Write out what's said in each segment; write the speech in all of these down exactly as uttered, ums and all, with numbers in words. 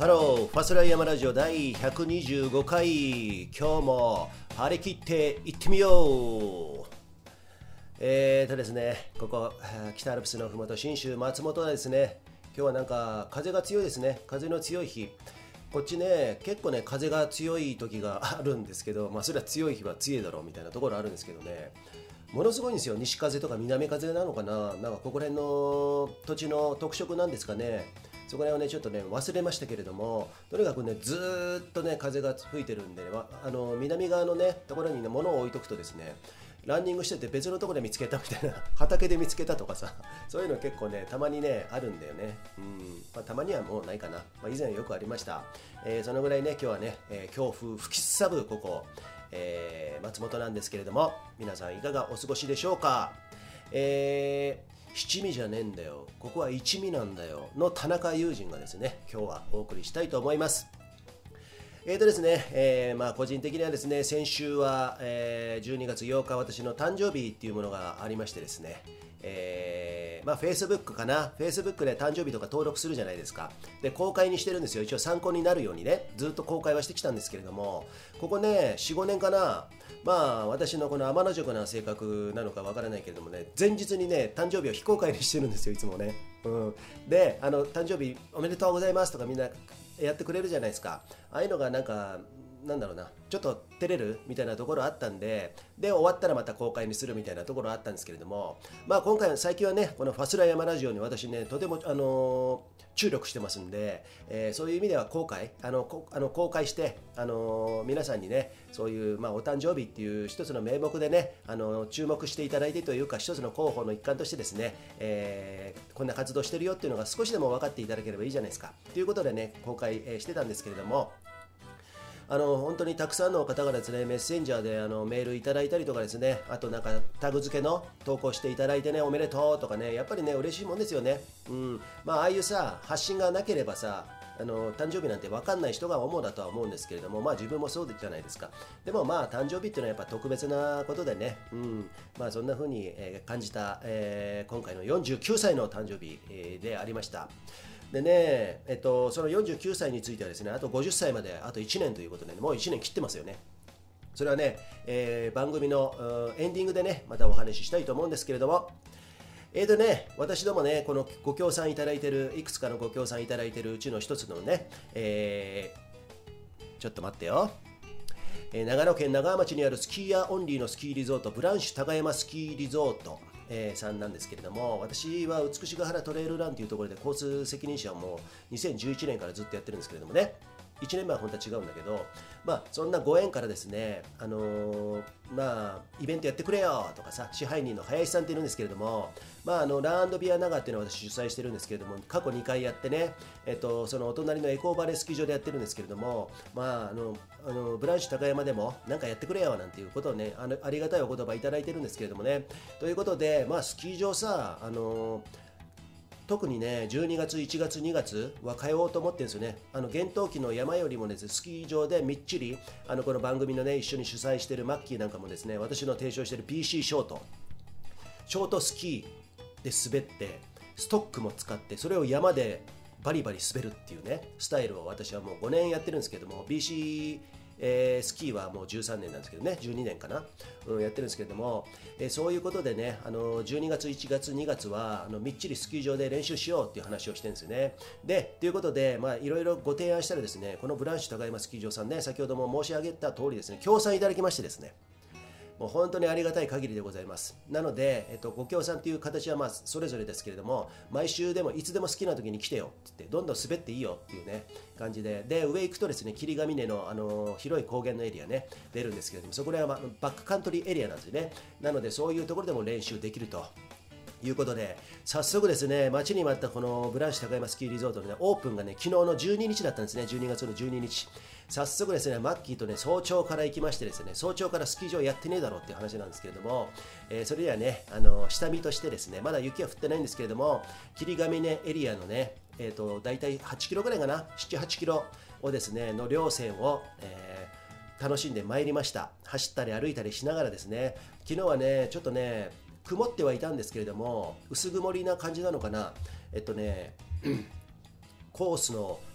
ハロー、ファスライヤマラジオ第ひゃくにじゅうごかい、今日も張り切っていってみよう。えーとですね、ここ北アルプスのふもと信州松本はですね、今日はなんか風が強いですね。風の強い日。こっちね、結構ね、風が強い時があるんですけど、まあそれは強い日は強いだろうみたいなところあるんですけどね、ものすごいんですよ。西風とか南風なのかな、なんかここら辺の土地の特色なんですかね。そこら辺をねちょっとね忘れましたけれども、とにかくねずーっとね風が吹いてるんで、ね、あの南側のねところにね物を置いとくとですね、ランニングしてて別のところで見つけたみたいな畑で見つけたとかさ、そういうの結構ねたまにねあるんだよね。うん、まあ、たまにはもうないかな、まあ、以前はよくありました。えー、そのぐらいね今日はね、えー、強風吹きすさぶここ、えー、松本なんですけれども、皆さんいかがお過ごしでしょうか。えー七味じゃねえんだよ、ここは一味なんだよの田中友人がですね、今日はお送りしたいと思います。えーとですね、えーまあ個人的にはですね、先週は、えー、じゅうにがつようか、私の誕生日っていうものがありましてですね、えー、まあ Facebook かな、Facebook で誕生日とか登録するじゃないですか。で、公開にしてるんですよ。一応参考になるようにね、ずっと公開はしてきたんですけれども、ここね、よん、ごねんかな、まあ私のこの天の塾な性格なのかわからないけれどもね、前日にね、誕生日を非公開にしてるんですよ、いつもね。うん、で、あの、誕生日おめでとうございますとかみんなやってくれるじゃないですか。ああいうのがなんか、なんだろうな、ちょっと照れるみたいなところあったんで、で終わったらまた公開にするみたいなところあったんですけれども、まあ今回最近はね、このファスラヤマラジオに私ねとてもあのー注力してますんで、えー、そういう意味では公開あのこあの公開して、あのー皆さんにねそういう、まあ、お誕生日っていう一つの名目でね、あのー注目していただいてというか、一つの広報の一環としてですね、えーこんな活動してるよっていうのが少しでも分かっていただければいいじゃないですかということでね公開、えーしてたんですけれども、あの本当にたくさんの方がですね、メッセンジャーであのメールいただいたりとかですね、あとなんかタグ付けの投稿していただいてね、おめでとうとかね、やっぱりね嬉しいもんですよね。うん、まあああいうさ発信がなければさ、あの誕生日なんて分かんない人が主だとは思うんですけれども、まあ自分もそうじゃないですか。でもまあ誕生日っていうのはやっぱ特別なことでね、うん、まあそんな風に、えー感じた、えー今回のよんじゅうきゅうさいの誕生日、えーでありました。でね、えっと、そのよんじゅうきゅうさいについてはですね、あとごじゅっさいまであといちねんということで、ね、もういちねん切ってますよね。それはね、えー番組のうんエンディングでね、またお話ししたいと思うんですけれども、えーとね、私どもね、このご協賛いただいている、いくつかのご協賛いただいているうちの一つのね、えーちょっと待ってよ。えー長野県長浜町にあるスキーヤーオンリーのスキーリゾート、ブランシュ高山スキーリゾート、えーさんなんですけれども、私は美しが原トレイルランというところで交通責任者をもうにせんじゅういちねんからずっとやってるんですけれどもね、いちねんまえは本当は違うんだけど、まあ、そんなご縁からですね、あのーまあ、イベントやってくれよとかさ、支配人の林さんっているんですけれども、まあ、あのランビア長っていうのを私主催してるんですけれども、過去にかいやってね、えっと、そのお隣のエコーバレースキー場でやってるんですけれども、まあ、あのあのブランシュ高山でもなんかやってくれよなんていうことをね、あのありがたいお言葉いただいてるんですけれどもね。ということで、まあ、スキー場さ、あの特にね、じゅうにがつ、いちがつ、にがつは通おうと思ってるんですよね。あの厳冬期の山よりもです、ね、スキー場でみっちり、あのこの番組のね、一緒に主催しているマッキーなんかもですね、私の提唱している ピーシー ショート、ショートスキーで滑って、ストックも使って、それを山でバリバリ滑るっていうね、スタイルを私はもうごねんやってるんですけども、ビーシーえースキーはもうじゅうさんねんなんですけどね、じゅうにねんかな、うん、やってるんですけれども、えーそういうことでね、あのじゅうにがつ、いちがつ、にがつはあのみっちりスキー場で練習しようっていう話をしてるんですよね。で、ということで、まあ、いろいろご提案したらですね、このブランシュ高山スキー場さんね、先ほども申し上げた通りですね、協賛いただきましてですね、もう本当にありがたい限りでございます。なので、えっと、ご協賛という形はまあそれぞれですけれども、毎週でもいつでも好きな時に来てよって言って、どんどん滑っていいよっていうね、感じで、で、上行くとですね、霧ヶ峰の、あの広い高原のエリアね、出るんですけれども、そこらは、まあ、バックカントリーエリアなんですよね。なので、そういうところでも練習できると。いうことで、早速ですね、待ちに待ったこのブランシュ高山スキーリゾートの、ね、オープンがね、昨日のじゅうににちだったんですね、じゅうにがつのじゅうににち。早速ですね、マッキーとね、早朝から行きましてですね、早朝からスキー場やってねえだろうっていう話なんですけれども、えーそれではね、あの下見としてですね、まだ雪は降ってないんですけれども、霧ヶ峰エリアのね、えーと、大体はちキロぐらいかな、なな、はちキロをですね、の稜線を、えー楽しんでまいりました。走ったり歩いたりしながらですね、昨日はね、ちょっとね、曇ってはいたんですけれども、薄曇りな感じなのかな、えっとね、コースの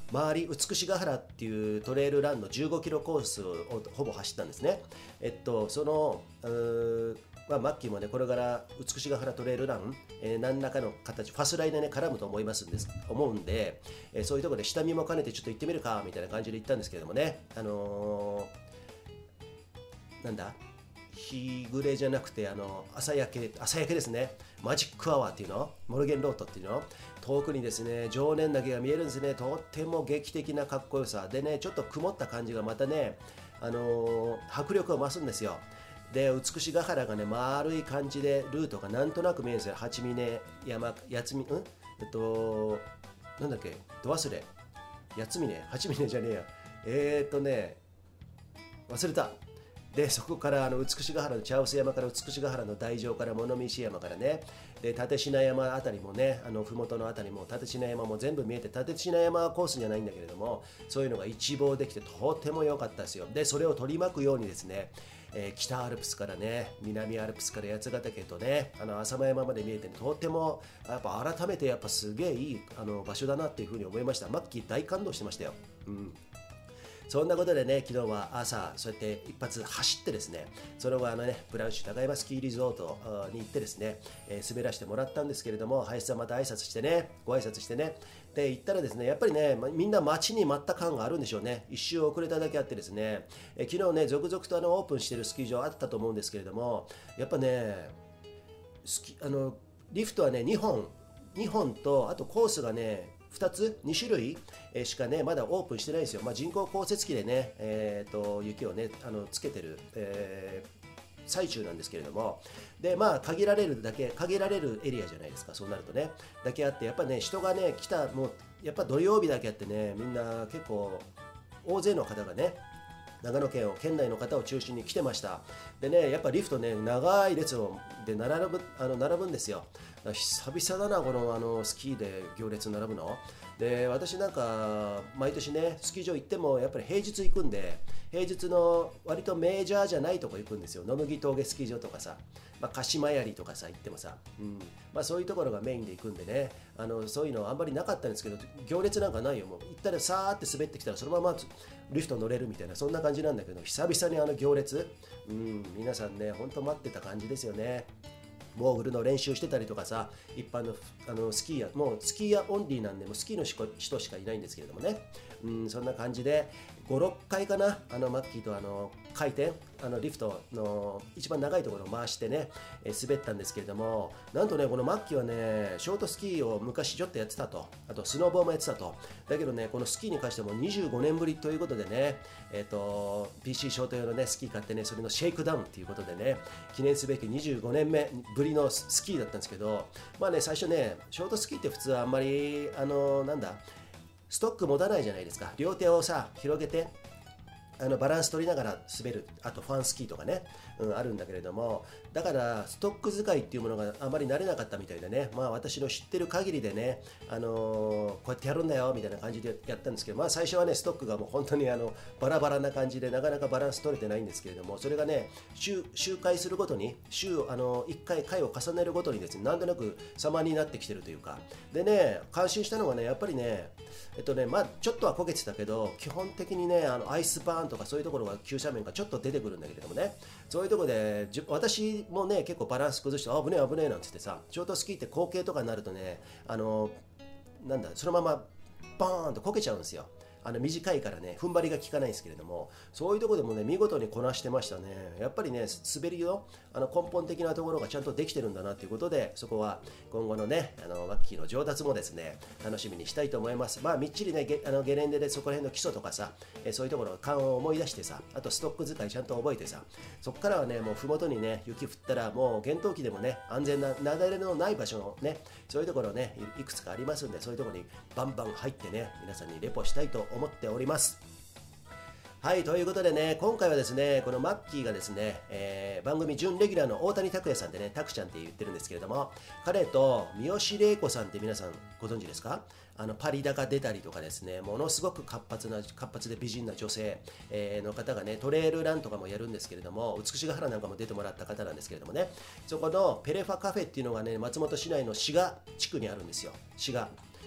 周り美しが原っていうトレイルランのじゅうごキロコースをほぼ走ったんですね。えっとそのうーまあ、マッキーもね、これから美しが原トレイルラン、えー、何らかの形、ファスライでね、絡むと思いますんです、思うんで、えー、そういうところで下見も兼ねてちょっと行ってみるか、みたいな感じで行ったんですけれどもね、あのー、なんだ、日暮れじゃなくて、あの朝焼け、朝焼けですね、マジックアワーっていうの、モルゲンロートっていうの、遠くにですね、常念岳が見えるんですね、とっても劇的なかっこよさでね、ちょっと曇った感じがまたね、あのー、迫力を増すんですよ。で、美しが原がね、丸い感じでルートがなんとなく見えるんですよ。八峰山、八つみ、うんえっと、なんだっけ、ど忘れ。八峰八峰じゃねえや。えーっとね、忘れた。で、そこからあの美しが原の茶臼山から美しが原の大乗から物見石山からね、で立品山あたりもね、あの麓のあたりも立品山も全部見えて、立品山はコースじゃないんだけれども、そういうのが一望できてとても良かったですよ。で、それを取り巻くようにですね、えー、北アルプスからね、南アルプスから八ヶ岳とね、あの浅間山まで見えて、ね、とてもやっぱ改めてやっぱすげえいいあの場所だなっていうふうに思いました。マッキー大感動してましたよ。うん。そんなことでね、昨日は朝、そうやって一発走ってですね、その後あのね、ブラウンシュ高山スキーリゾートに行ってですね、えー、滑らせてもらったんですけれども、林さんまた挨拶してね、ご挨拶してね、で、行ったらですね、やっぱりね、ま、みんな待ちに待った感があるんでしょうね。一周遅れただけあってですね、えー、昨日ね、続々とあのオープンしているスキー場あったと思うんですけれども、やっぱね、スキあのリフトはね、にほん、にほんと、あとコースがね、ふたつ、にしゅるいしかね、まだオープンしてないんですよ。まあ、人工降雪機でね、えー、と雪をね、あのつけてる、えー、最中なんですけれども、で、まあ、限られるだけ、限られるエリアじゃないですか、そうなるとね。だけあって、やっぱね、人がね、来た、もう、やっぱ土曜日だけあってね、みんな結構、大勢の方がね、長野県を県内の方を中心に来てました。でね、やっぱリフトね、長い列をで並ぶあの並ぶんですよ。久々だな、このあのスキーで行列並ぶの。で、私なんか毎年ね、スキー場行ってもやっぱり平日行くんで、平日の割とメジャーじゃないとこ行くんですよ。野麦峠スキー場とかさ、まあ、鹿島槍とかさ行ってもさ、うんまあ、そういうところがメインで行くんでね、あのそういうのあんまりなかったんですけど、行列なんかないよ。もう行ったらさーって滑ってきたらそのままリフト乗れるみたいな、そんな感じなんだけど、久々にあの行列、うん、皆さんね、ほんと待ってた感じですよね。モーグルの練習してたりとかさ、一般の、あのスキーヤー、もうスキーヤーオンリーなんで、もうスキーの人しかいないんですけれどもね、うん、そんな感じで、ご、ろっかいかな、あのマッキーとあの回転、あのリフトの一番長いところを回してね、えー、滑ったんですけれども、なんとね、このマッキーはね、ショートスキーを昔ちょっとやってたと、あとスノボーもやってたと、だけどね、このスキーに関してもにじゅうごねんぶりということでね、えーと、ピーシー ショート用のね、スキー買ってね、それのシェイクダウンということでね、記念すべきにじゅうごねんめぶりのスキーだったんですけど、まあね、最初ね、ショートスキーって普通はあんまり、あのなんだ、ストック持たないじゃないですか。両手をさ、広げて、あのバランス取りながら滑る、あとファンスキーとかね、うん、あるんだけれども、だからストック使いっていうものがあまり慣れなかったみたいでね、まあ私の知ってる限りでね、あのー、こうやってやるんだよみたいな感じでやったんですけど、まあ最初はね、ストックがもう本当にあのバラバラな感じで、なかなかバランス取れてないんですけれども、それがね、周周回するごとに、週あのいっかい回を重ねるごとにですね、なんとなく様になってきてるというか、でね、感心したのはね、やっぱりね、えっとね、まあちょっとは焦げてたけど、基本的にね、あのアイスバーンとかそういうところが急斜面がちょっと出てくるんだけれどもね、そういうところで私もね結構バランス崩してあ危ねえ危ねえなんつってさ、ショートスキーって後傾とかになるとね、あのなんだそのままバーンとこけちゃうんですよ。あの短いからね踏ん張りが効かないんですけれども、そういうところでもね見事にこなしてましたね。やっぱりね滑りのあの根本的なところがちゃんとできてるんだなということで、そこは今後のねあのマッキーの上達もですね楽しみにしたいと思います。まあみっちりねゲあのゲレンデでそこら辺の基礎とかさ、えそういうところの勘を思い出してさ、あとストック使いちゃんと覚えてさ、そこからはねもう麓にね雪降ったらもう厳冬期でもね安全な雪崩のない場所のねそういうところねいくつかありますんで、そういうところにバンバン入ってね皆さんにレポしたいと思っております。はい、ということでね、今回はですね、このマッキーがですね、えー、番組準レギュラーの大谷拓也さんでね、拓ちゃんって言ってるんですけれども、彼と三好玲子さんって皆さんご存知ですか？あのパリ高出たりとかですね、ものすごく活発な、活発で美人な女性、えー、の方がね、トレイルランとかもやるんですけれども、美しが原なんかも出てもらった方なんですけれどもね、そこのペレファカフェっていうのがね、松本市内の滋賀地区にあるんですよ。滋賀。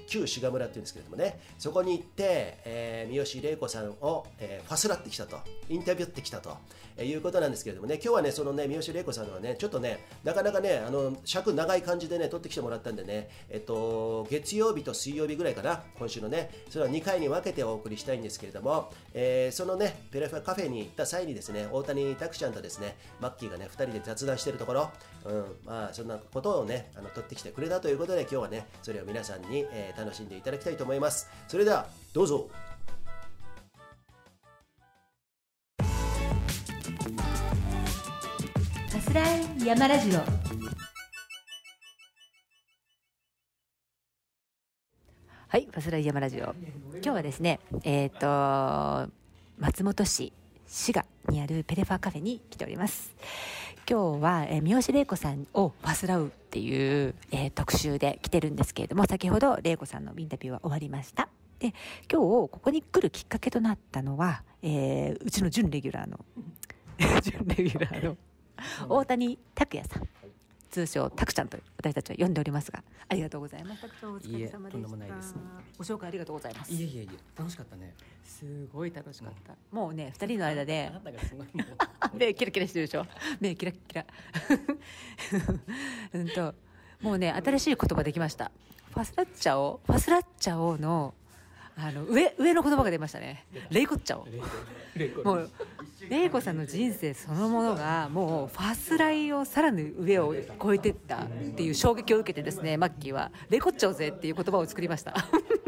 旧志賀村っていうんですけれどもね、そこに行って、えー、三好玲子さんを、えー、ファスラってきたと、インタビューってきたと、えー、いうことなんですけれどもね、今日はねそのね三好玲子さんはねちょっとねなかなかねあの尺長い感じでね撮ってきてもらったんでね、えっと月曜日と水曜日ぐらいかな、今週のねそれはにかいに分けてお送りしたいんですけれども、えー、そのねペレファカフェに行った際にですね、大谷拓ちゃんとですねマッキーがねふたりで雑談しているところ、うん、まあそんなことをねあの撮ってきてくれたということで、今日はねそれを皆さんに、えー、楽しんでいただきたいと思います。それではどうぞ。 さすらい山ラジオ。はい、ファスライ山ラジオ。今日はですね、えっと松本市滋賀にあるペレファカフェに来ております。今日は、えー、三好玲子さんをファスラウっていう、えー、特集で来てるんですけれども、先ほど玲子さんのインタビューは終わりました。で、今日ここに来るきっかけとなったのは、えー、うちの準レギュラーの準レギュラーの大谷拓也さん、通称タクちゃんと私たちは呼んでおりますが、ありがとうございます。タクちゃんお疲れ様でした。 いいえ、とんでもないです。 ご紹介ありがとうございます。 いえいえいえ、楽しかったね。 すごい楽しかった、うん、もうねふたりの間であなたがすごいもう目キラキラしてるでしょ、目キラキラうんともうね新しい言葉できました。ファスラッチャオファスラッチャオのあの 上, 上の言葉が出ましたね。レイコッチャオ。もうレイコさんの人生そのものがもうファスライをさらに上を超えていったっていう衝撃を受けてですね、マッキーはレイコッチャオぜっていう言葉を作りました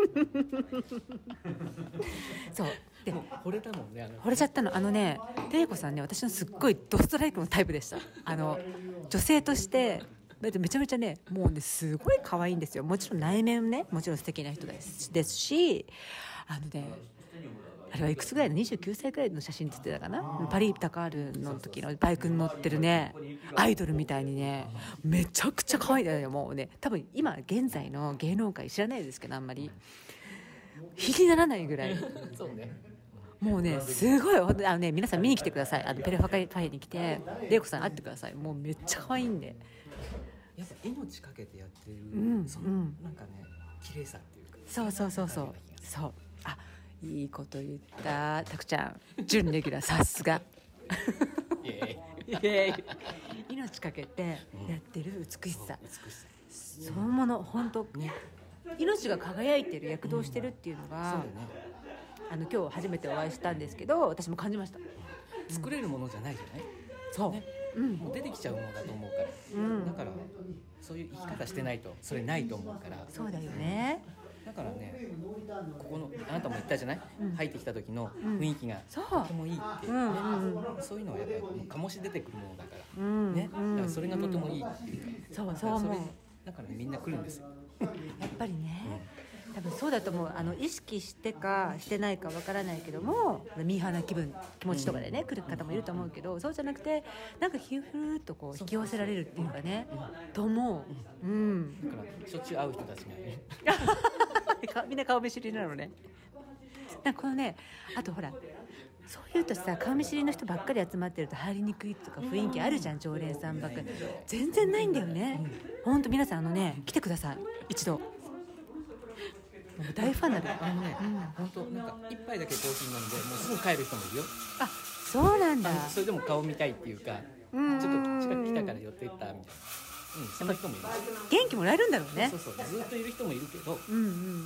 そうでもう惚れたもんね。あの惚れちゃったの。あのねレイコさんね、私のすっごいドストライクのタイプでした。あの女性としてめちゃめちゃね、もうねすごい可愛いんですよ。もちろん内面ね、もちろん素敵な人ですですし、あのねあれはいくつぐらいのにじゅうきゅうさいぐらいの写真って言ってたかな、パリ・ダカールの時のバイクに乗ってるねアイドルみたいにね、めちゃくちゃ可愛いんだよ。もうね多分今現在の芸能界知らないですけど、あんまり比にならないぐらいそうね、 もうねすごい、あのね皆さん見に来てください。あのペレファカフェに来てレイコさん会ってください。もうめっちゃ可愛いんで、 やっぱ命かけてやってる、 うん、 その、 うん、 なんかね綺麗さっていうか、 そうそうそうそうそう、あいいこと言ったタクちゃん、準レギュラーさすがイエイエーイ命かけてやってる美しさ、 美しさそのもの本当、ね、命が輝いてる、躍動してるっていうのが、うん、そうだね、あの今日初めてお会いしたんですけど私も感じました。 作れるものじゃないじゃない、 そう、 ね、 うん、 もう出てきちゃうものだと思うから、うん、だからそういう生き方してないとそれないと思うから。 そうだよね。 だからね、ここのあなたも言ったじゃない、うん、入ってきた時の雰囲気がとてもいいって、うんうんうん、そういうのはやっぱり醸し出てくるものだから、うんね、だからそれがとてもいいっていうか、うん、そうそう思う。だから、ね、みんな来るんですよやっぱりね、うん、多分そうだと思う。あの意識してかしてないかわからないけども、ミーハーな気分気持ちとかでね、うん、来る方もいると思うけど、そうじゃなくてなんかヒューフルーっとこう引き寄せられるっていうかね、と思う、うん、 だからしょっちゅう会う人たちがいるみんな顔見知りなのね。なんかこのね、あとほらそういうとさ、顔見知りの人ばっかり集まってると入りにくいとか雰囲気あるじゃん、常連さんばっかり。全然ないんだよね。本当皆さんあのね来てください一度。大ファンなの。 あのね、本当なんか一杯だけコーヒー飲んでもうすぐ帰る人もいるよ。 あ、そうなんだ。 それでも顔見たいっていうか、ちょっと近く来たから寄っていったみたいな。うん、そんな人もいる。 元気もらえるんだろうね。 そうそうそう、ずっといる人もいるけど、うんうん、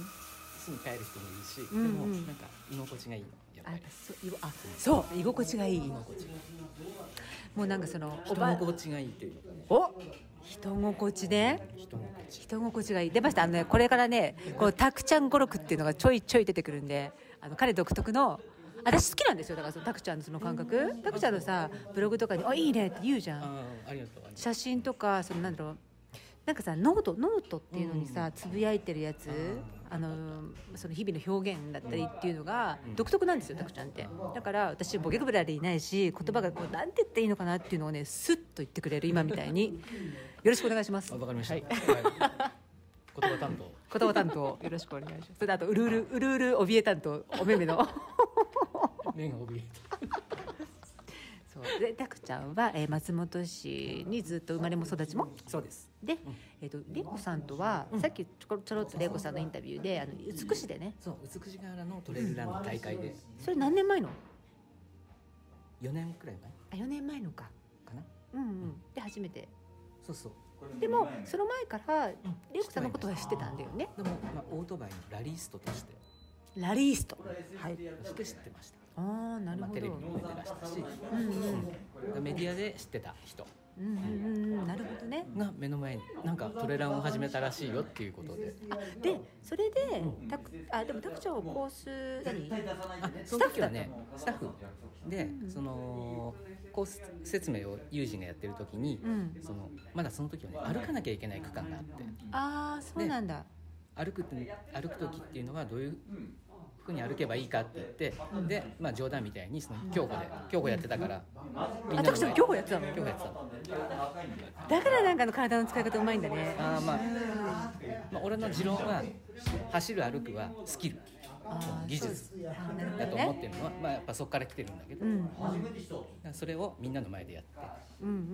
すぐ帰る人もいるし、うんうん、でもなんか居心地がいいのやっぱり。あ、そ、 あ、そう居心地がいい。居心地がいい。もうなんかその人心地がいいっていうのかね。 お、人心地ね。人心地。人心地がいい。出ました。あのね、これからね、こうタクちゃん語録っていうのがちょいちょい出てくるんで、あの彼独特の。私好きなんですよ。だからそのタクちゃんのその感覚、タクちゃんのさブログとかに「あいいね」って言うじゃん。 あありがとう。写真とかそのなんだろう、なんかさノートノートっていうのにさ、うん、つぶやいてるやつ、あのその日々の表現だったりっていうのが独特なんですよ、タクちゃんって。だから私ボキャブラリーないし、言葉がこうなんて言っていいのかなっていうのをねスッと言ってくれる今みたいに。よろしくお願いします。 わかりました。はい、言葉担当言葉担当よろしくお願いします。それであとうるうるうるうる怯え担当おめめの目が怯えた。 そうでたくちゃんは、えー、松本市にずっと生まれも育ちもそうです。 で、うんえー、と玲子さんとは、うん、さっきちょちょろっと玲子さんのインタビューであの美しでね、 そう美しが原のトレイルランの大会で、うん、 それ何年前のよねんくらい前あよねんまえのかかな、 うんうん、で初めてそうそうでもその前から玲子さんのことは知ってたんだよね。 でも、まあ、オートバイのラリーストとしてラリーストはいして知ってました。 ああなるほど、まあ、 テレビにも出てらしたし、うんうんうん、メディアで知ってた人、 うんうんうん、なるほどねが目の前になんかトレランを始めたらしいよっていうことで、 あでそれで、うん、たあでもたくちゃんはコース何あその時はねスタッフで、うん、そのコース説明をユージがやってる時に、うん、そのまだその時はね歩かなきゃいけない区間があって、 ああそうなんだ。 歩くって歩く時っていうのはどういうふうに歩けばいいかって言って、うん、で、まあ、冗談みたいにその競歩で競歩やってたから、 うん、あたくちゃん競歩やってたの？ 競歩やってたのだからなんかの体の使い方うまいんだね。 あ、まあ、まあ俺の持論は走る歩くはスキル技術だと思ってるのは、まあ、やっぱそこから来てるんだけど、うん、それをみんなの前でやって、うんうんうんうん、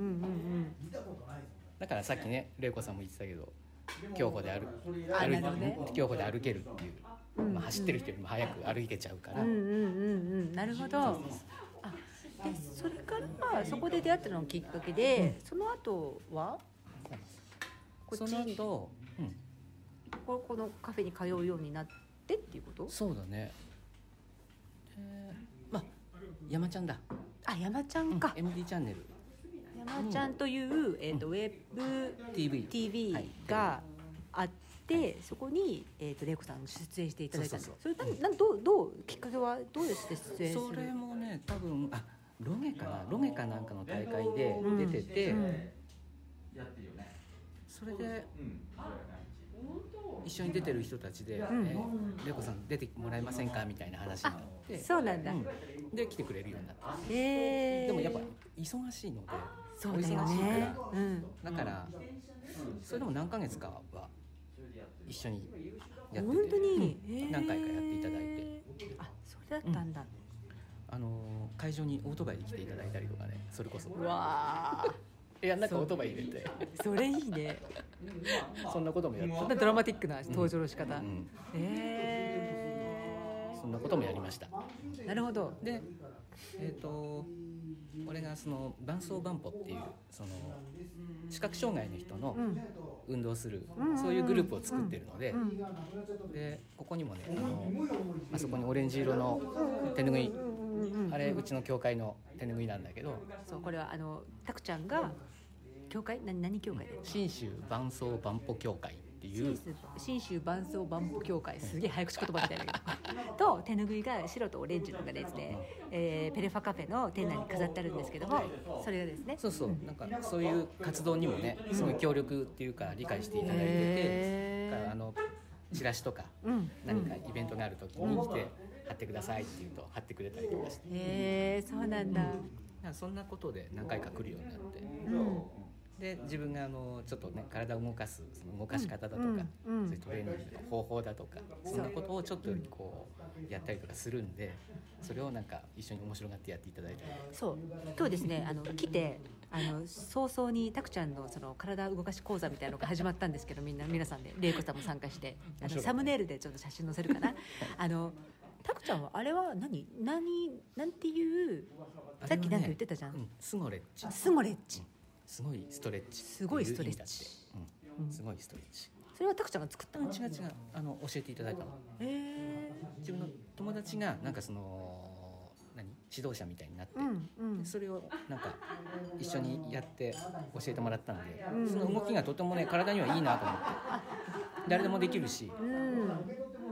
だからさっきね玲子さんも言ってたけど競歩で歩歩、ね、競歩で歩けるっていう、うんうんまあ、走ってる人よりも早く歩けちゃうから、うんうんうんうん、なるほど。あでそれからそこで出会ったのがきっかけで、うん、その後はこっちその後、うん、 こ, このカフェに通うようになってっていうこと？ そうだね、えー、まあ山ちゃんだ。 あ山ちゃんか、 うん、エムディー チャンネル山ちゃんという、えーとうん、ウェブ ティーブイ, ティーブイがあって、はい、そこに、えーと、玲子さん出演していただいたんです。それ何、何どうどうきっかけはどうして出演する？ それもね多分あロゲかなロゲかなんかの大会で出てて、うんうん、それで、うん、一緒に出てる人たちで、うんえー、玲子さん出てもらえませんかみたいな話になって、 そうなんだ、うん、 で来てくれるようになった。 へーでもやっぱ忙しいのでそうだよね、 お忙しいから、うん、だからそれでも何ヶ月かは一緒にやってて、 本当に、 うん、何回かやっていただいて、 あそれだったんだ、うん、 あの会場にオートバイで来ていただいたりとかね、それこそうわいやなんかオートバイ入れてそ, それいいねそんなこともやってそんなドラマティックな登場の仕方、うんうん、 えー、そんなこともやりました。 なるほど。 でえっ、ー、と俺がその伴走伴歩っていうその視覚障害の人の運動する、うん、そういうグループを作ってるので、うん、でここにもねあのあそこにオレンジ色の手ぬぐい、うん、あれうちの教会の手ぬぐいなんだけど、 そうこれはあのたくちゃんが教会何何教会で信州伴走伴歩協会っていう信州伴走伴歩協会、すげえ早口言葉みたいだけどと手ぬぐいが白とオレンジのがですね、えー、ペレファカフェの店内に飾ってあるんですけども、それがですねそうそう、うん、なんかそういう活動にもねすごい協力っていうか理解していただいてて、あのチラシとか何かイベントがある時に来て貼ってくださいって言うと貼ってくれたりとかして、 へーそうなんだ、 うん、そんなことで何回か来るようになって、 うんで自分があのちょっとね体を動かすその動かし方だとか、うんうん、そういうトレーニングの方法だとか、そんなことをちょっとこうやったりとかするんで、それをなんか一緒に面白がってやっていただいて、 そう今日ですねあの来てあの早々にたくちゃんのその体動かし講座みたいなのが始まったんですけど、みんな皆さんで玲子さんも参加してあのサムネイルでちょっと写真載せるかなあのたくちゃんはあれは何何なんていう、さっきなんか言ってたじゃん、うん、 スゴレッチスゴレッチ、うん、 すごいストレッチ、 すごいストレッチ、 うん、すごいストレッチ。 それはたくちゃんが作ったの？ 違う違う、あの教えていただいたの。 へえ。 自分の友達がなんかその何指導者みたいになって、 うんうん、 それをなんか一緒にやって教えてもらったんで、うん、その動きがとてもね体にはいいなと思って、誰でもできるし、うん、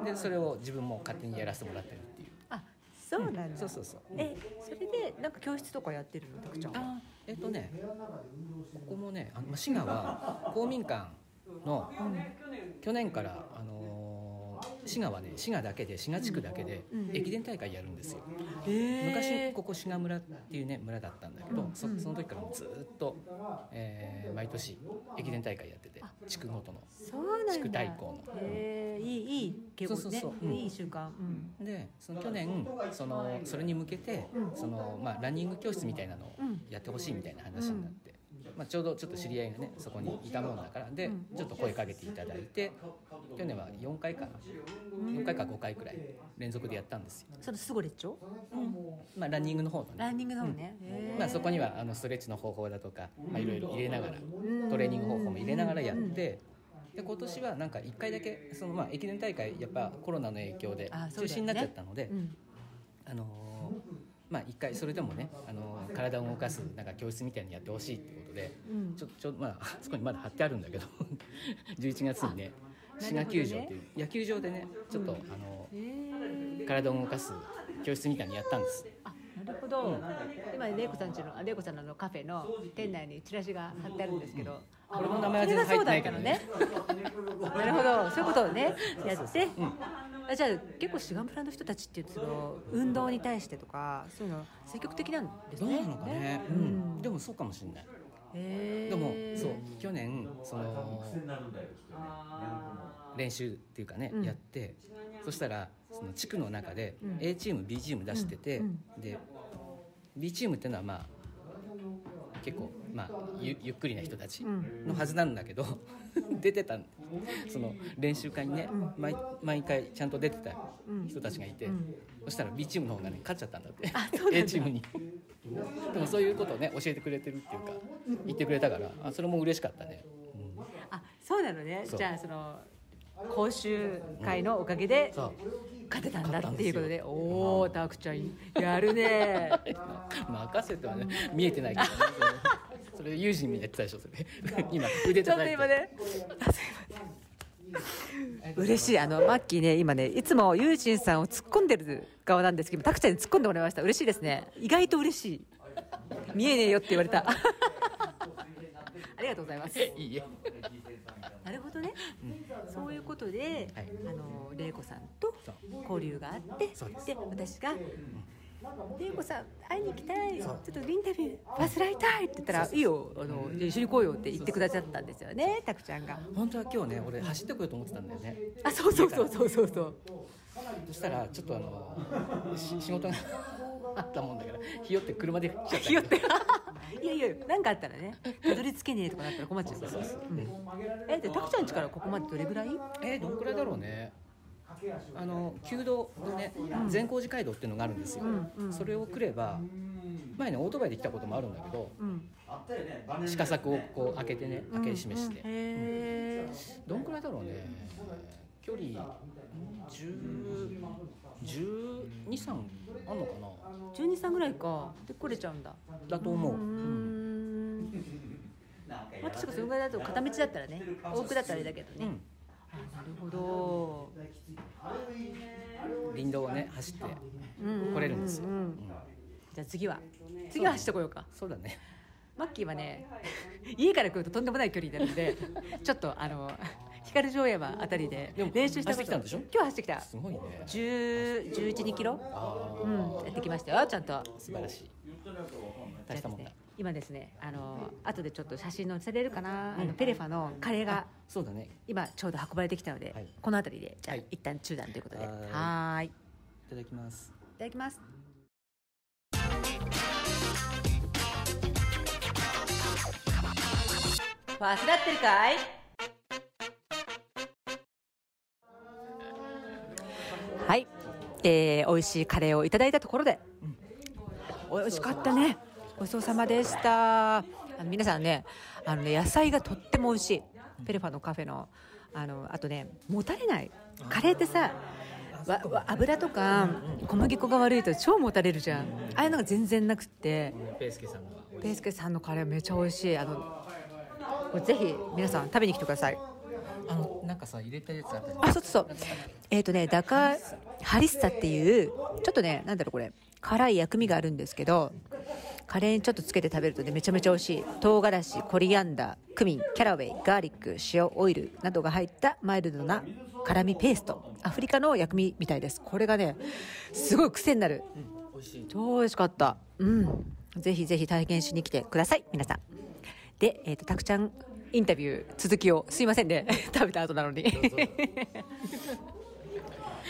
でそれを自分も勝手にやらせてもらってるっていう。 あ、そうなんだ。 うん、そうそうそう。 え、それでなんか教室とかやってるの、たくちゃんは？ あ、えっとね、ここもね、あの滋賀は公民館の、うん、去年からあのー、滋賀はね、滋賀だけで滋賀地区だけで駅伝大会やるんですよ。うん、昔ここ滋賀村っていうね村だったんだけど、うん、そ, その時からもずっと、えー、毎年駅伝大会やってて、地区ごとの地区対抗の。 へー、いいいい稽古ね。 そうそうそう、うん、 いい習慣、うん、 でその去年そのそれに向けて、うん、そのまあ、ランニング教室みたいなのをやってほしいみたいな話になって、うん、まあ、ちょうどちょっと知り合いがねそこにいたもんだからで、うん、ちょっと声かけていただいて去年はよんかいかな、うん、よんかいかごかいくらい連続でやったんですよ。 そのスゴレッチョ、 うん、まあ、ランニングの方のね、 ランニングの方ね、 うん、まあ、そこにはあのストレッチの方法だとか、まあ、いろいろ入れながらトレーニング方法も入れながらやって、で今年はなんかいっかいだけその、まあ、駅伝大会やっぱコロナの影響で中止になっちゃったので、ね、うん、あのーまあ、いっかいそれでもね、あのー、体を動かすなんか教室みたいにやってほしいってことで、うん、ちょちょ、まあ、そこにまだ貼ってあるんだけどじゅういちがつにね滋賀球場っていう野球場でねちょっと、うん、あのー、体を動かす教室みたいにやったんです。 あ、なるほど、うん、今玲子さんちの玲子さんのカフェの店内にチラシが貼ってあるんですけど、うん、 これも名前は全然入ってないけどねなるほど、そういうことをねやって、うん、あ、じゃあ結構志賀村の人たちっていうその運動に対してとかそういうの積極的なんですね。 どうなのかね、うん、でもそうかもしれない。でもそう去年その練習っていうかね、うん、やってそしたらその地区の中で A チーム B チーム出してて、うん、で B チームっていうのはまあ結構、まあ、ゆ, ゆっくりな人たちのはずなんだけど、うん、出てたその練習会にね、うん、毎, 毎回ちゃんと出てた人たちがいて、うん、そしたら B チームの方がね勝っちゃったんだって A チームにでもそういうことをね教えてくれてるっていうか言ってくれたからあそれも嬉しかったね、 うん、あそうなのね。じゃあその講習会のおかげで勝てたんだっていうことで、うん、おーたくちゃんやるね任せてはね見えてないけどねそれユージンやってたでしょそれ今腕叩いてちょっと今ね嬉しい。あのマッキーね今ねいつもユージンさんを突っ込んでる側なんですけどたくちゃんに突っ込んでもらいました。嬉しいですね。意外と嬉しい。見えねえよって言われたありがとうございます。 いいえなるほどね、うん、そういうことで、はい、あの玲子さんと交流があってで私が、うん、玲子さん会いに行きたいちょっとインタビュー忘れたいって言ったらいいよあの一緒に来いよって言ってくださったんですよねたくちゃんが。 本当は今日ね俺走ってこようと思ってたんだよね。 あそうそうそうそうそうそうそしたらちょっとあの仕事があったもんだからひよって車で来ちゃったひよっていやいや何かあったらねたどり着けねえとかなったら困っちゃうから。そうそうそう、うん、えでたくちゃん家からここまでどれぐらい？ えー、どんくらいだろうね。あの旧道のね、うん、善光寺街道っていうのがあるんですよ、うんうん、それを来れば前ねオートバイで来たこともあるんだけど、うん、鹿作をこう開けてね開け示して、うんうん、どんくらいだろうね距離じゅう、じゅうに、さんあんのかな。 じゅうに、さんぐらいかで来れちゃうんだだと思う。うーん私がそのぐらいだと片道だったらね往復だったらあれだけどね、うん、あなるほど林道をね走って来れるんですよ、うんうんうんうん、 じゃあ次は次は走ってこようか。 そうだね。 マッキーはね家から来るととんでもない距離になるんでちょっとあの光城山あたりで練習したこと。 走ってきたんでしょ。 今日走ってきた。 すごいね。 じゅう、じゅういち、にキロ、うん、やってきましたよちゃんと。 素晴らしい。大したもんだ。 今ですねあの後でちょっと写真載せれるかな、うん、あのペレファのカレーがそうだね今ちょうど運ばれてきたので、はい、この辺りでじゃあ、はい、一旦中断ということで。はーい。いただきます。 いただきます。忘れってるかい。はい、えー、美味しいカレーをいただいたところで、うん、美味しかったね。ごちそうさまでした。あの皆さんね、あのね野菜がとっても美味しい。ペレファのカフェのあのあとねもたれないカレーってさわわ油とか小麦粉が悪いと超もたれるじゃん。ああいうのが全然なくってペースケさんのペースケさんのカレーめっちゃ美味しい。あのぜひ皆さん食べに来てください。 あのなんかさ入れたやつあったじゃん。 あそうそうそうえっ、ー、とねダカハリッサっていうちょっとねなんだろうこれ辛い薬味があるんですけどカレーにちょっとつけて食べるとねめちゃめちゃ美味しい。唐辛子コリアンダークミンキャラウェイガーリック塩オイルなどが入ったマイルドな辛味ペースト。アフリカの薬味みたいです。これがねすごい癖になる、 うん、美味しい。 超美味しかった。うんぜひぜひ体験しに来てください皆さんで、えーと、たくちゃんインタビュー続きをすいませんね食べた後なのに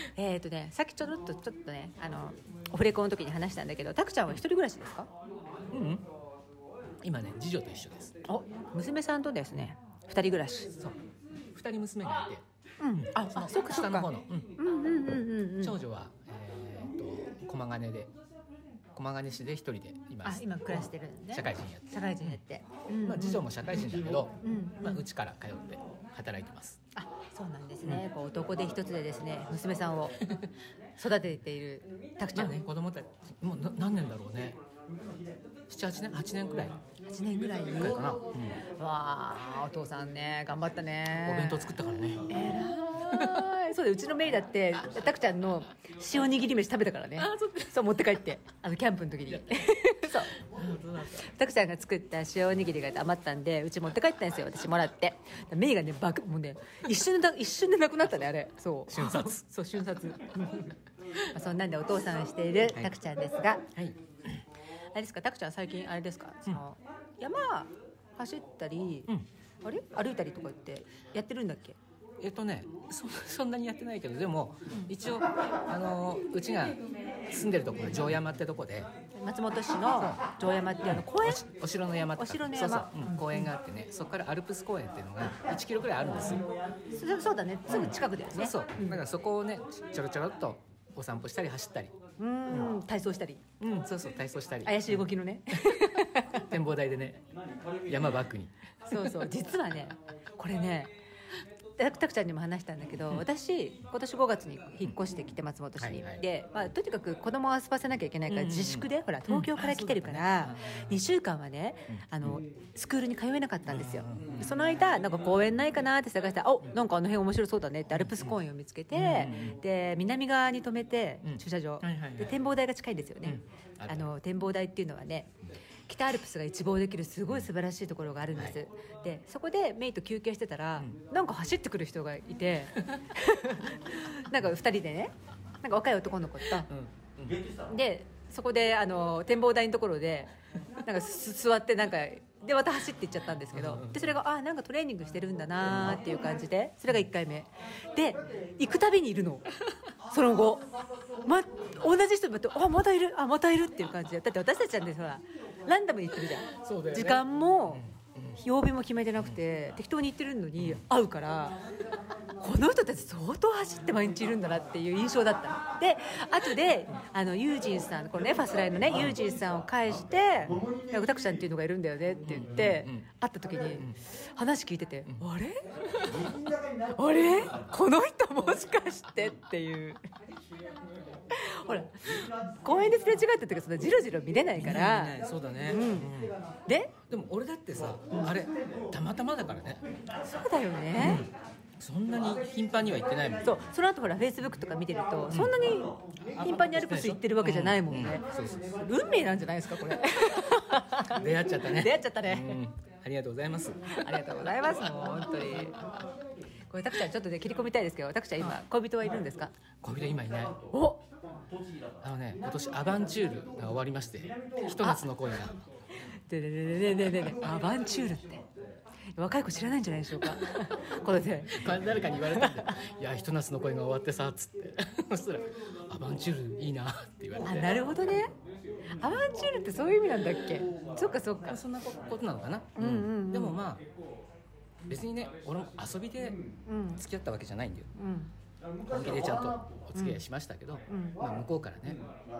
えっとねさっきちょっとちょっとねあのオフレコの時に話したんだけど、たくちゃんは一人暮らしですか？ うん、うん、今ね次女と一緒です。 お、娘さんとですね二人暮らし。 そう、二人娘がいて、 うん、ああ、そっかそっか、 下の方の、うん、 うんうんうんうんうん、 長女は、えー、っと駒ヶ根で駒ヶ根市で一人でいます。 あ、今暮らしてるんね。 社会人やって社会人やって、 うん、まあ、次女も社会人だけど、 うん、 まあ、うちから通って働いてます。 あ、そうなんですね、うん、こう男で一つでですね娘さんを育てているたくちゃん、 まあね、子供たちもう何年だろうね、七八年、八年くらい、 八年ぐらいくらいかな、うん、 わあ、お父さんね頑張ったね。 お弁当作ったからね。 えらい。そうで、うちのメイだってたくちゃんの塩握り飯食べたからね。 あ、そうそう持って帰ってあのキャンプの時にそうたくちゃんが作った塩おにぎりが余ったんでうち持って帰ったんですよ、私もらって。メイがねバクもうね一瞬で一瞬でなくなったね、あれ。そう瞬殺そう瞬殺まあそんなんでお父さんをしているたくちゃんですが、 はい、 あれですか、たくちゃん最近あれですか、その、うん、山走ったり、うん、あれ歩いたりとかってやってるんだっけ？ えっとね そ, そんなにやってないけど、でも、うん、一応あのうちが住んでるところ城山ってとこで、 松本市の城山っていうの公園、 お城の山とか、 お城の山、 そうそう、うん、公園があってね、そこからアルプス公園っていうのがいちキロくらいあるんですよ。 そ, そうだね、すぐ近くだよね。 そうそう、うん、だからそこをねちょろちょろっとお散歩したり走ったり、 うん、うん、体操したり、 うん、そうそう、体操したり、 怪しい動きのね展望台でね山バックに、 そうそう、実はねこれねたくちゃんにも話したんだけど、うん、私今年ごがつに引っ越してきて松本市に、はいはい、で、まあ、とにかく子供を遊ばせなきゃいけないから自粛で、うんうん、ほら東京から来てるから、うん、にしゅうかんはね、うん、あのスクールに通えなかったんですよ、うん、その間なんか公園ないかなって探して、お、なんかあの辺面白そうだねってアルプス公園を見つけて、うん、で南側に止めて、うん、駐車場、はいはいはい、で展望台が近いんですよね、うん、あの展望台っていうのはね北アルプスが一望できるすごい素晴らしいところがあるんです、はい、でそこでメイと休憩してたら、うん、なんか走ってくる人がいてなんかふたりでね、なんか若い男の子と、うんうん、でそこであの展望台のところでなんか座ってなんかでまた走っていっちゃったんですけど、でそれがあなんかトレーニングしてるんだなっていう感じで、それがいっかいめで、行くたびにいるのその後、ま、同じ人とあまたいるあまたいるっていう感じで、だって私たちなんでほらランダムに行ってるじゃん、そうだよね、時間も曜日も決めてなくて適当に行ってるのに会うから、この人たち相当走って毎日いるんだなっていう印象だったで、後であのユージンさん、このねファスライのねユージンさんを介してたくちゃんっていうのがいるんだよねって言って会った時に話聞いてて、あれあれこの人もしかしてっていうほら公園ですれ違った時はそのジロジロ見れないから、 ねね、そうだね、 うん、ででも俺だってさ、あれたまたまだからね。 そうだよね、 うん、そんなに頻繁には行ってないもん。 そう、その後ほらフェイスブックとか見てると、うん、そんなに頻繁にアルプス行ってるわけじゃないもんね、運命なんじゃないですかこれ出会っちゃったね出会っちゃったね、 うん、ありがとうございますありがとうございます。もう本当にこれたくちゃんちょっとで切り込みたいですけど、たくちゃん今恋人はいるんですか？ 恋人今いない。 おあのね、今年アバンチュールが終わりまして、ひと夏の恋がでねねねねねねアバンチュールって若い子知らないんじゃないでしょうかこれで誰かに言われたんでいやひと夏の恋が終わってさっつってそしたらアバンチュールいいなって言われて、 あ、なるほどね、アバンチュールってそういう意味なんだっけ？そっかそっか、 そんなことなのかな、うんうんうん、でもまあ別にね、俺も遊びで付き合ったわけじゃないんだよ、うん、本気でちゃんとお付き合いしましたけど、うん、まあ、向こうからね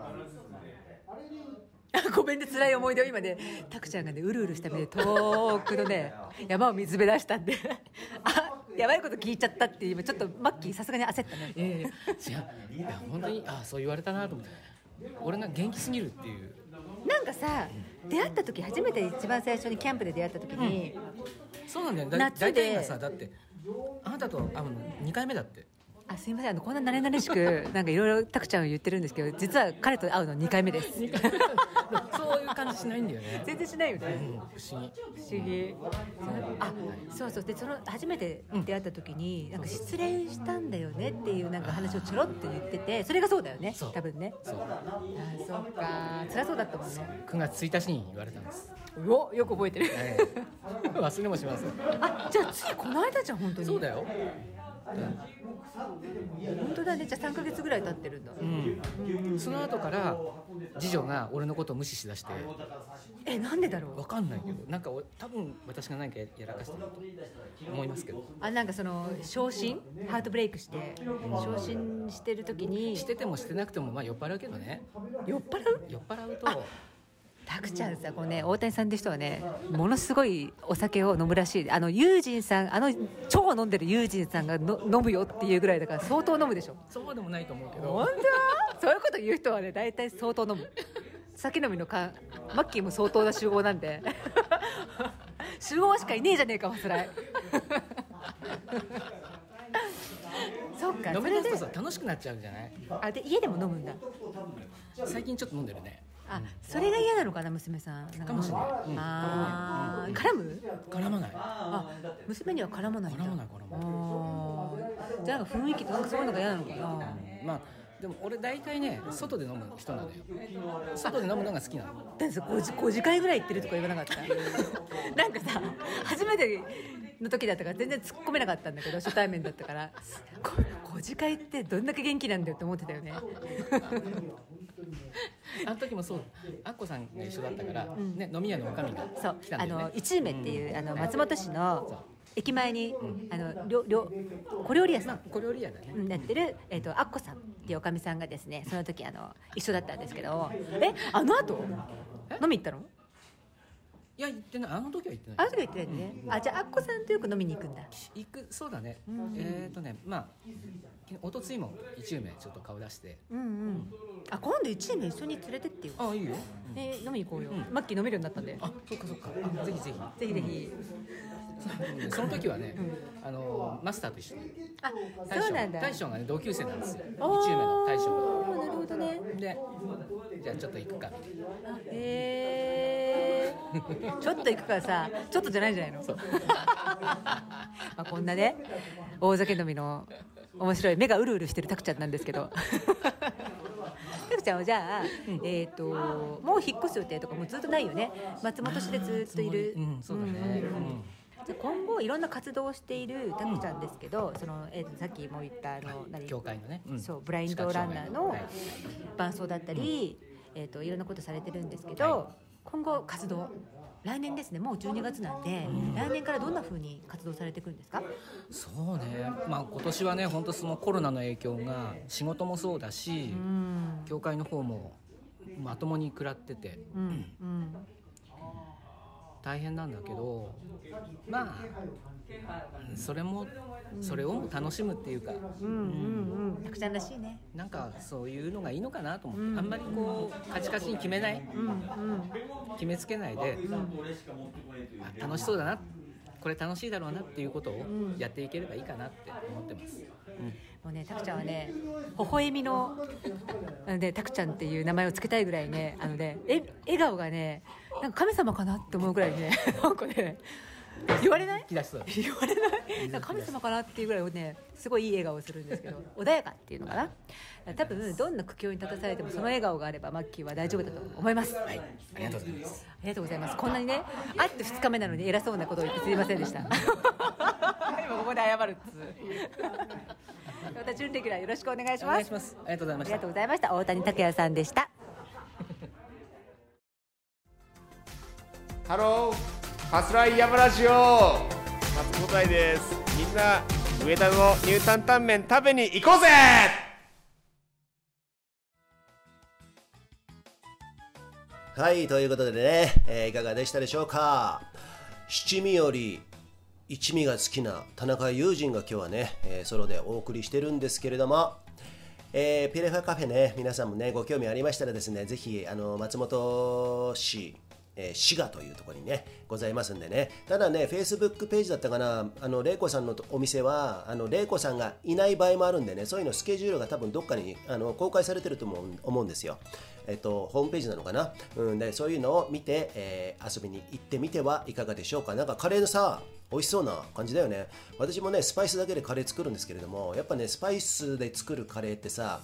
ごめんね、辛い思い出を今ね、たくちゃんがねうるうるした目で遠くのね山を見つめ出したんであ、やばいこと聞いちゃったって今ちょっとマッキーさすがに焦ったね。 いやいやいや本当にあそう言われたなと思って、俺が元気すぎるっていう。 なんかさ、出会った時初めて一番最初にキャンプで出会った時に、 うん、そうなんだよ、だ夏で大体今さ、だってあなたと会うのにかいめだって。 あ、すいません、あのこんな慣れ慣れしくなんかいろいろたくちゃんを言ってるんですけど、実は彼と会うのにかいめですそういう感じしないんだよね。 全然しないよね、 うん、不思議不思議。あ、そうそう、でその初めて出会った時に、うん、なんか失恋したんだよねっていうなんか話をちょろっと言ってて、それがそうだよね、多分ね。そう、あ、そっか、辛そうだったもんね。 くがつついたちに言われたんです。 うお、よく覚えてる、 えー、忘れもしません。 あ、じゃあついこの間じゃん、本当に。 そうだよ。 本当だね。じゃあさんかげつぐらい経ってるんだ、 うんうん、その後から次女が俺のことを無視しだして、 え、なんでだろう。 分かんないけど、なんか多分私が何かやらかしてると思いますけど、 あ、なんかその昇進ハートブレイクして昇進してる時に、 しててもしてなくてもまあ酔っ払うけどね。 酔っ払う酔っ払うとタクちゃんさ、こうね、大谷さんって人はね、ものすごいお酒を飲むらしい。あのユージンさん、あの超飲んでるユージンさんがの飲むよっていうぐらいだから相当飲むでしょ。 そうでもないと思うけど。 本当？そういうこと言う人はね、大体相当飲む。酒飲みのかマッキーも相当な集合なんで集合しかいねえじゃねえか、マスライそっか、 飲み出すとさ楽しくなっちゃうんじゃない？ あ、で家でも飲むんだ。 最近ちょっと飲んでるね。 あ、それが嫌なのかな、娘さん。なんかもしれない。 あ、うん、絡む？ 絡まない。 あ、娘には絡まないんだ。 絡まない、絡まない。 あ、じゃあ雰囲気となんかそういうのが嫌なのかな。うん、 まあでも俺大体ね、外で飲む人なのよ。外で飲むのが好きなの。 だってさ、ごじかいぐらい行ってるとか言わなかったなんかさ、初めての時だったから全然突っ込めなかったんだけど、初対面だったからごじかいってどんだけ元気なんだよって思ってたよねあの時もそう、アッコさんが一緒だったから、うんね、飲み屋のおかみがそう来たんだよね。 あの一梅っていう、うん、あの松本市の駅前に、うん、あのりょりょ小料理屋さん、 小料理屋だね、 やってる、えーと、アッコさんっていうおかみさんがですね、その時あの一緒だったんですけど、え、あの後飲み行ったの？ いや、行ってない。あの時は行ってない。 あの時は行ってないね、うん、あ、じゃあアッコさんとよく飲みに行くんだ。 行く、そうだね、うん、えっ、ー、とね、まあおとついも一梅ちょっと顔出して、 うんうん、あ、今度一梅一緒に連れてってよ。 あ、いいよ、 うん、えー、飲みに行こうよ、うん、マッキー飲めるようになったんで。 あ、そっかそっか、あ、ぜひぜひぜひぜひその時はね、うん、あのマスターと一緒に。 あ、そうなんだ。 大将がね同級生なんですよ、一梅の大将が。 なるほどね。で、 じゃあちょっと行くかみたいな。 へえー、ちょっと行くからさ、ちょっとじゃないんじゃないの？そうまあこんなね、大酒飲みの面白い目がうるうるしてるタクちゃんなんですけどタクちゃんはじゃあ、うん、えーともう引っ越す予定とかもずっとないよね。松本市でずっといる。 うん、そうだね、うんうん、 じゃ今後いろんな活動をしているタクちゃんですけど、うん、その、えー、とさっきも言ったあの何教会のね、うん、 そうブラインドランナーの伴奏だったり、うん、えー、といろんなことされてるんですけど、はい、今後活動来年ですね、もうじゅうにがつなんで、うん、来年からどんな風に活動されていくんですか？ そうね、まあ、今年はね本当そのコロナの影響が仕事もそうだし、うん、教会の方もまともに食らってて、うんうん、大変なんだけど、まあそれもそれを楽しむっていうか、 うんうんうん、たくちゃんらしいね。 なんかそういうのがいいのかなと思って、うん、あんまりこうカチカチに決めない、うんうん、決めつけないで、うん、楽しそうだな、これ楽しいだろうなっていうことをやっていければいいかなって思ってます、うん、 もうね、たくちゃんはね、微笑みのでたくちゃんっていう名前をつけたいぐらいね、あのね、え笑顔がね、なんか神様かなって思うぐらいねなんかね、言われない？言われないなんか神様かなっていうぐらいね、すごいいい笑顔をするんですけど、穏やかっていうのかな。多分どんな苦境に立たされてもその笑顔があればマッキーは大丈夫だと思います。はい、 ありがとうございます。 ありがとうございます。こんなにね、会ってふつかめなのに偉そうなことを言ってすいませんでした今ここで謝るっつまた準レギュラーよろしくお願いします。お願いします。ありがとうございました。 ありがとうございました。大谷拓也さんでした。 ハロー、ファスライヤマラジオ、松本愛です。みんな上田のニュータンタンメン食べに行こうぜ。 はい、ということでね、えー、いかがでしたでしょうか。七味より一味が好きな田中友人が今日はね、えー、ソロでお送りしてるんですけれども、えー、ピレファカフェね、皆さんもねご興味ありましたらですね、ぜひあの松本市えー、滋賀というところにねございますんでね。ただね、フェイスブックページだったかな、あの玲子さんのお店はあの玲子さんがいない場合もあるんでね、そういうのスケジュールが多分どっかにあの公開されてると思う、思うんですよ。えっとホームページなのかな、うん、でそういうのを見て、えー、遊びに行ってみてはいかがでしょうか。なんかカレーのさ、美味しそうな感じだよね。私もねスパイスだけでカレー作るんですけれども、やっぱねスパイスで作るカレーってさ、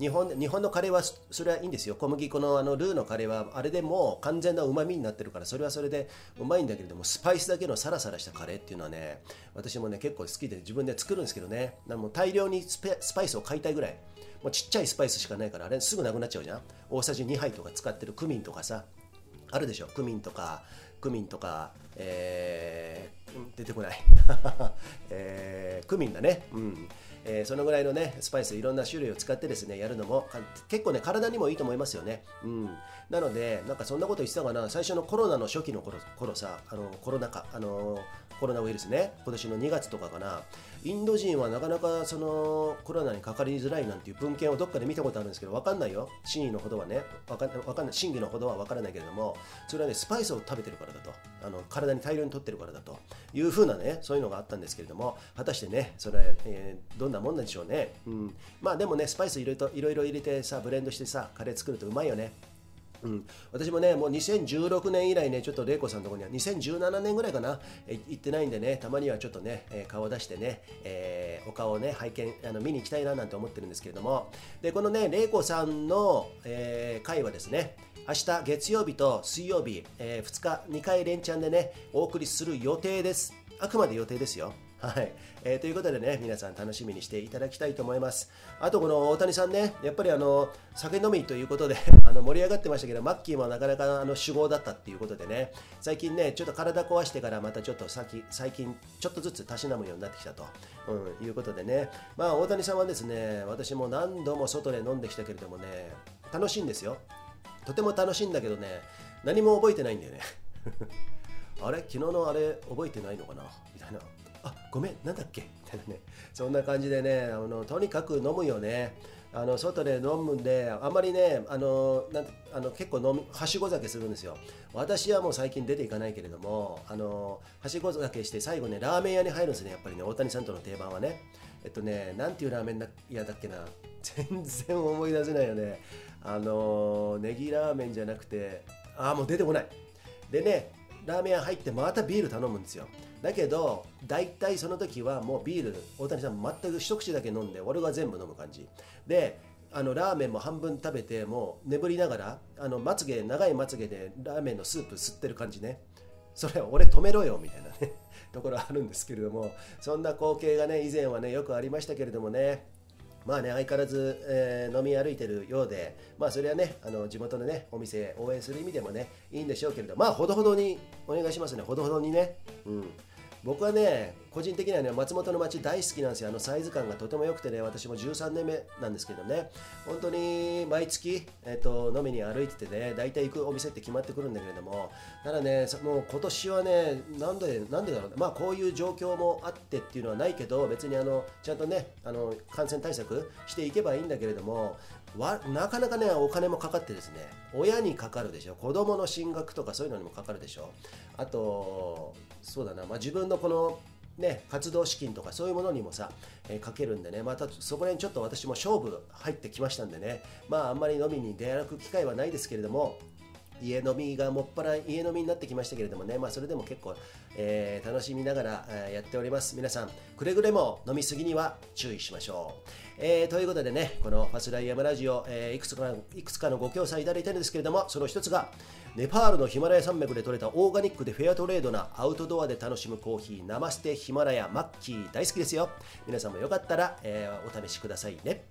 日本日本のカレーはそれはいいんですよ。小麦粉のあのルーのカレーはあれでもう完全なうまみになってるから、それはそれでうまいんだけれども、スパイスだけのサラサラしたカレーっていうのはね、私もね結構好きで自分で作るんですけどね、なんかもう大量にスペスパイスを買いたいぐらい、もうちっちゃいスパイスしかないから、あれすぐなくなっちゃうじゃん。大さじにはいとか使ってるクミンとかさあるでしょ。クミンとかクミンとか、えー、出てこない、えー、クミンだね、うんえー、そのぐらいのねスパイスいろんな種類を使ってですねやるのも結構ね体にもいいと思いますよね、うん、なのでなんかそんなこと言ってたかな。最初のコロナの初期の頃、頃さあのコロナ禍あのコロナウイルスね、今年のにがつとかかな、インド人はなかなかそのコロナにかかりづらいなんていう文献をどっかで見たことあるんですけど、分かんないよ、真意のほどはね、分かん、分かんない、真偽のほどは分からないけれども、それはねスパイスを食べてるからだと、あの体に大量に取ってるからだというふうなね、そういうのがあったんですけれども、果たしてねそれ、えー、どんなもんなんでしょうね、うん、まあでもねスパイスいろいろいろいろ入れてさブレンドしてさカレー作るとうまいよね。うん、私もねもうにせんじゅうろくねん以来ねちょっと玲子さんのところにはにせんじゅうななねんぐらいかな、え行ってないんでね、たまにはちょっとね、えー、顔を出してね、えー、お顔をね拝見あの見に行きたいななんて思ってるんですけれども、でこのね玲子さんの、えー、回はですね明日月曜日と水曜日、えー、ふつかにかい連チャンでねお送りする予定です。あくまで予定ですよ。はい、えー、ということでね皆さん楽しみにしていただきたいと思います。あとこの大谷さんね、やっぱりあの酒飲みということであの盛り上がってましたけど、マッキーもなかなかあの酒豪だったっていうことでね、最近ねちょっと体壊してからまたちょっと先最近ちょっとずつたしなむようになってきたと、うん、いうことでね、まあ大谷さんはですね、私も何度も外で飲んできたけれどもね楽しいんですよ。とても楽しいんだけどね、何も覚えてないんだよねあれ昨日のあれ覚えてないのかなみたいな、あごめんなんだっけみたいなね、そんな感じでね、あのとにかく飲むよね。あの外で飲むんで、あんまりねあのなんあの結構飲みはしご酒するんですよ。私はもう最近出ていかないけれども、あのはしご酒して最後ねラーメン屋に入るんですね。やっぱりね大谷さんとの定番はね、えっとねなんていうラーメン屋だっけな、全然思い出せないよね。あのネギラーメンじゃなくて、あもう出てこない。でねラーメン屋入ってまたビール頼むんですよ。だけど大体その時はもうビール大谷さん全く一口だけ飲んで俺が全部飲む感じで、あのラーメンも半分食べてもう眠りながらあのまつげ長いまつげでラーメンのスープ吸ってる感じね。それ俺止めろよみたいなねところあるんですけれども、そんな光景がね以前はねよくありましたけれどもね、まあね相変わらず、えー、飲み歩いてるようで、まあそれはねあの地元のねお店応援する意味でもねいいんでしょうけれど、まあほどほどにお願いしますね。ほどほどにね、うん、僕はね個人的にはね松本の街大好きなんですよ。あのサイズ感がとても良くてね、私もじゅうさんねんめなんですけどね、本当に毎月、えー、と飲みに歩いててね大体行くお店って決まってくるんだけれども、ただねもう今年はねなんでなんでだろうね、まあこういう状況もあってっていうのはないけど、別にあのちゃんとねあの感染対策していけばいいんだけれども、わなかなかねお金もかかってですね、親にかかるでしょ、子供の進学とかそういうのにもかかるでしょ、あとそうだな、まあ、自分のこのね活動資金とかそういうものにもさ、えー、かけるんでね、またそこら辺ちょっと私も勝負入ってきましたんでね、まああんまり飲みに出歩く機会はないですけれども、家飲みがもっぱら家飲みになってきましたけれどもね、まあ、それでも結構、えー、楽しみながら、えー、やっております。皆さんくれぐれも飲みすぎには注意しましょう。えー、ということでね、このファスライヤマラジオ、えー、いくつかいくつかのご協賛いただいたんですけれども、その一つがネパールのヒマラヤ山脈で採れたオーガニックでフェアトレードなアウトドアで楽しむコーヒーナマステヒマラヤマッキー大好きですよ。皆さんもよかったら、えー、お試しくださいね。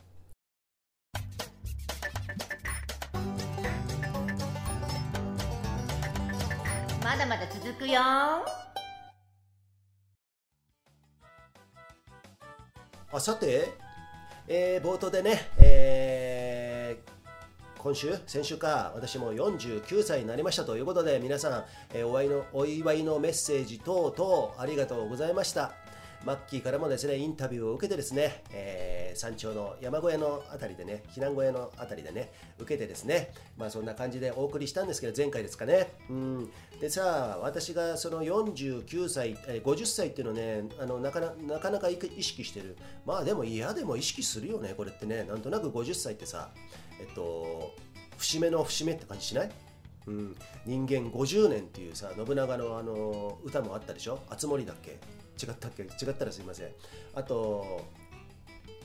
まだまだ続くよ。 あさて、えー、冒頭でね、えー、今週先週か私もよんじゅうきゅうさいになりましたということで、皆さん、えー、お祝いのお祝いのメッセージ等々ありがとうございました。マッキーからもですねインタビューを受けてですね、えー、山頂の山小屋のあたりでね、避難小屋のあたりでね受けてですね、まあそんな感じでお送りしたんですけど、前回ですかね。うんでさあ、私がそのよんじゅうきゅうさい、えー、ごじゅっさいっていうのをね、あのなかななかなか意識してる。まあでも嫌でも意識するよねこれってね。なんとなくごじゅっさいってさ、えっと節目の節目って感じしない？うん、人間ごじゅうねんっていうさ信長のあの歌もあったでしょ。熱森だっけ、違ったっけ、違ったらすいません。あと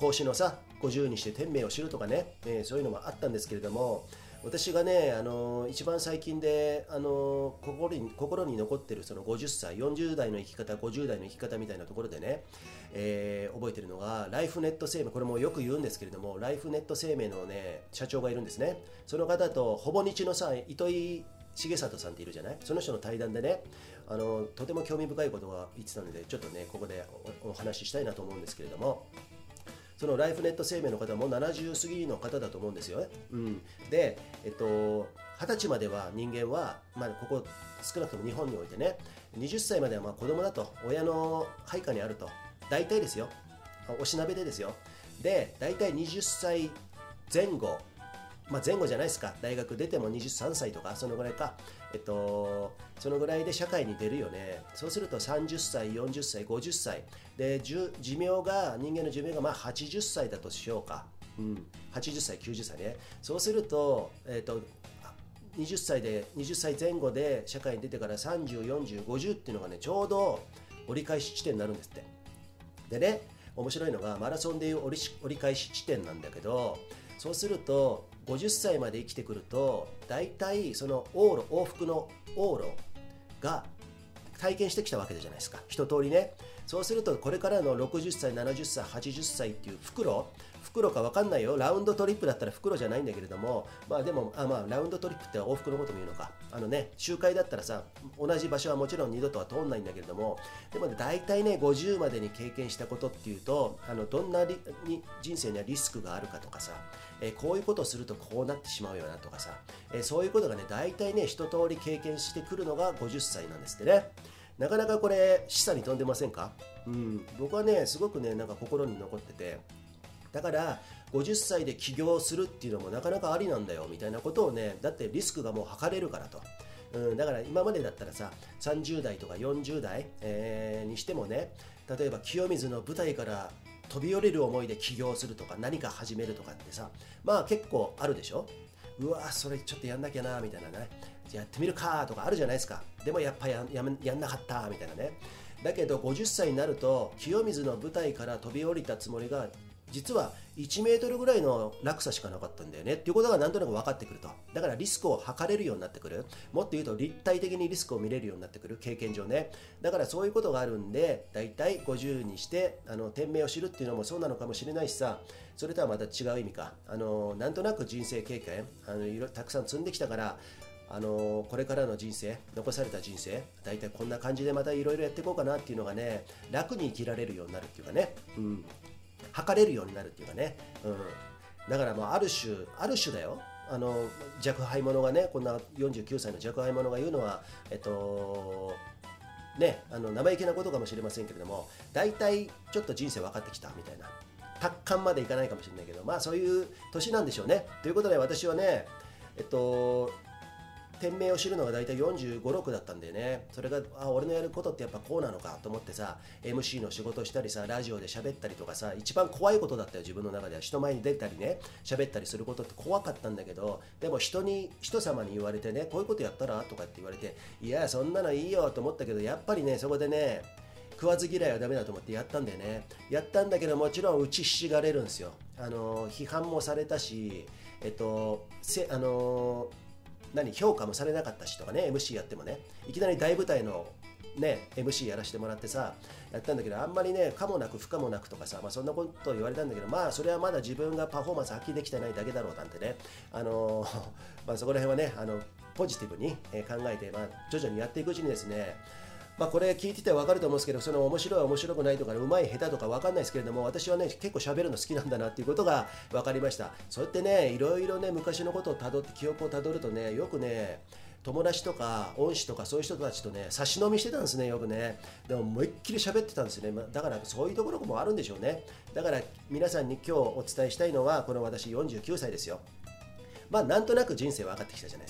孔子のさごじゅうにして天命を知るとかね、えー、そういうのもあったんですけれども、私がね、あのー、一番最近で、あのー、心に、心に残ってるそのごじゅっさい、よんじゅう代の生き方、ごじゅう代の生き方みたいなところでね、えー、覚えてるのがライフネット生命、これもよく言うんですけれども、ライフネット生命のね社長がいるんですね。その方とほぼ日のさ糸井重里さんっているじゃない。その人の対談でね、あのとても興味深いことが言ってたので、ちょっとねここで お, お話ししたいなと思うんですけれども、そのライフネット生命の方もななじゅう過ぎの方だと思うんですよね。うん、で、えっと、はたちまでは人間は、まあ、ここ少なくとも日本においてね、はたちまではまあ子供だと、親の配下にあると、大体ですよ、おしなべでですよ。で、大体はたちぜん後、まあ、前後じゃないですか、大学出てもはたちとか、そのぐらいか、えっと、そのぐらいで社会に出るよね。そうするとさんじゅっさい、よんじゅっさい、ごじゅっさいで、寿命が、人間の寿命がまあはちじゅっさいだとしようか、うん、はちじゅっさい、きゅうじゅっさいね。そうすると、えっと、はたちで、はたちぜん後で社会に出てからさんじゅう、よんじゅう、ごじゅうっていうのがね、ちょうど折り返し地点になるんですって。でね、面白いのがマラソンでいう折り折り返し地点なんだけど、そうするとごじゅっさいまで生きてくると、大体その往路、往復の往路が体験してきたわけじゃないですか、一通りね。そうするとこれからのろくじゅっさい、ななじゅっさい、はちじゅっさいっていう袋袋か分かんないよ、ラウンドトリップだったら袋じゃないんだけれども、まあでもあ、まあ、ラウンドトリップって往復のことも言うのか、あのね、周回だったらさ、同じ場所はもちろん二度とは通んないんだけれども、でもね、大体ね、ごじゅうまでに経験したことっていうと、あのどんなに人生にはリスクがあるかとかさ、えー、こういうことをするとこうなってしまうよなとかさ、えー、そういうことがね、大体ね、一通り経験してくるのがごじゅっさいなんですってね。なかなかこれ、示唆に富んでませんか？うん、僕はね、すごくね、なんか心に残ってて、だからごじゅっさいで起業するっていうのもなかなかありなんだよみたいなことをね、だってリスクがもう測れるからと。うん、だから今までだったらさ、さんじゅう代とかよんじゅう代、えー、にしてもね、例えば清水の舞台から飛び降りる思いで起業するとか、何か始めるとかってさ、まあ結構あるでしょ。うわそれちょっとやんなきゃなみたいなね、やってみるかとかあるじゃないですか。でもやっぱや や, やんなかったみたいなね。だけどごじゅっさいになると、清水の舞台から飛び降りたつもりが実はいちメートルぐらいの落差しかなかったんだよねっていうことがなんとなく分かってくると。だからリスクを測れるようになってくる。もっと言うと立体的にリスクを見れるようになってくる、経験上ね。だからそういうことがあるんで、だいたいごじゅうにしてあの天命を知るっていうのもそうなのかもしれないしさ、それとはまた違う意味か、あのなんとなく人生経験あのいろたくさん積んできたから、あのこれからの人生、残された人生、だいたいこんな感じでまたいろいろやっていこうかなっていうのがね、楽に生きられるようになるっていうかね、うん、測れるようになるっていうかね、うん、だからもうある種ある種だよ、あの若輩者がね、こんなよんじゅうきゅうさいの若輩者が言うのは、えっとね、あの生意気なことかもしれませんけれども、だいたいちょっと人生分かってきたみたいな、達観までいかないかもしれないけど、まあそういう年なんでしょうね。ということで私はね、えっと天命を知るのが大体よんじゅうご、ろくだったんだよね。それがあ俺のやることってやっぱこうなのかと思ってさ、 エムシー の仕事したりさ、ラジオで喋ったりとかさ、一番怖いことだったよ自分の中では。人前に出たりね、喋ったりすることって怖かったんだけど、でも人に人様に言われてね、こういうことやったらとかって言われて、いやそんなのいいよと思ったけど、やっぱりねそこでね、食わず嫌いはダメだと思ってやったんだよね。やったんだけど、もちろん打ちひしがれるんですよ。あの批判もされたし、えっとせあの何評価もされなかったしとかね、 エムシー やってもね、いきなり大舞台のね エムシー やらせてもらってさ、やったんだけど、あんまりね可もなく不可もなくとかさ、まあ、そんなことを言われたんだけど、まあそれはまだ自分がパフォーマンス発揮できてないだけだろうなんてね、あのーまあそこら辺はね、あのポジティブに考えて、まあ、徐々にやっていくうちにですね、まあこれ聞いてて分かると思うんですけど、その面白い面白くないとか、うまい下手とか分かんないですけれども、私はね結構喋るの好きなんだなっていうことが分かりました。そうやってね、いろいろね昔のことをたどって、記憶をたどるとね、よくね友達とか恩師とかそういう人たちとね差し飲みしてたんですね、よくね。でも思いっきり喋ってたんですよね。だからそういうところもあるんでしょうね。だから皆さんに今日お伝えしたいのは、この私よんじゅうきゅうさいですよ。まあなんとなく人生分かってきたじゃないですか。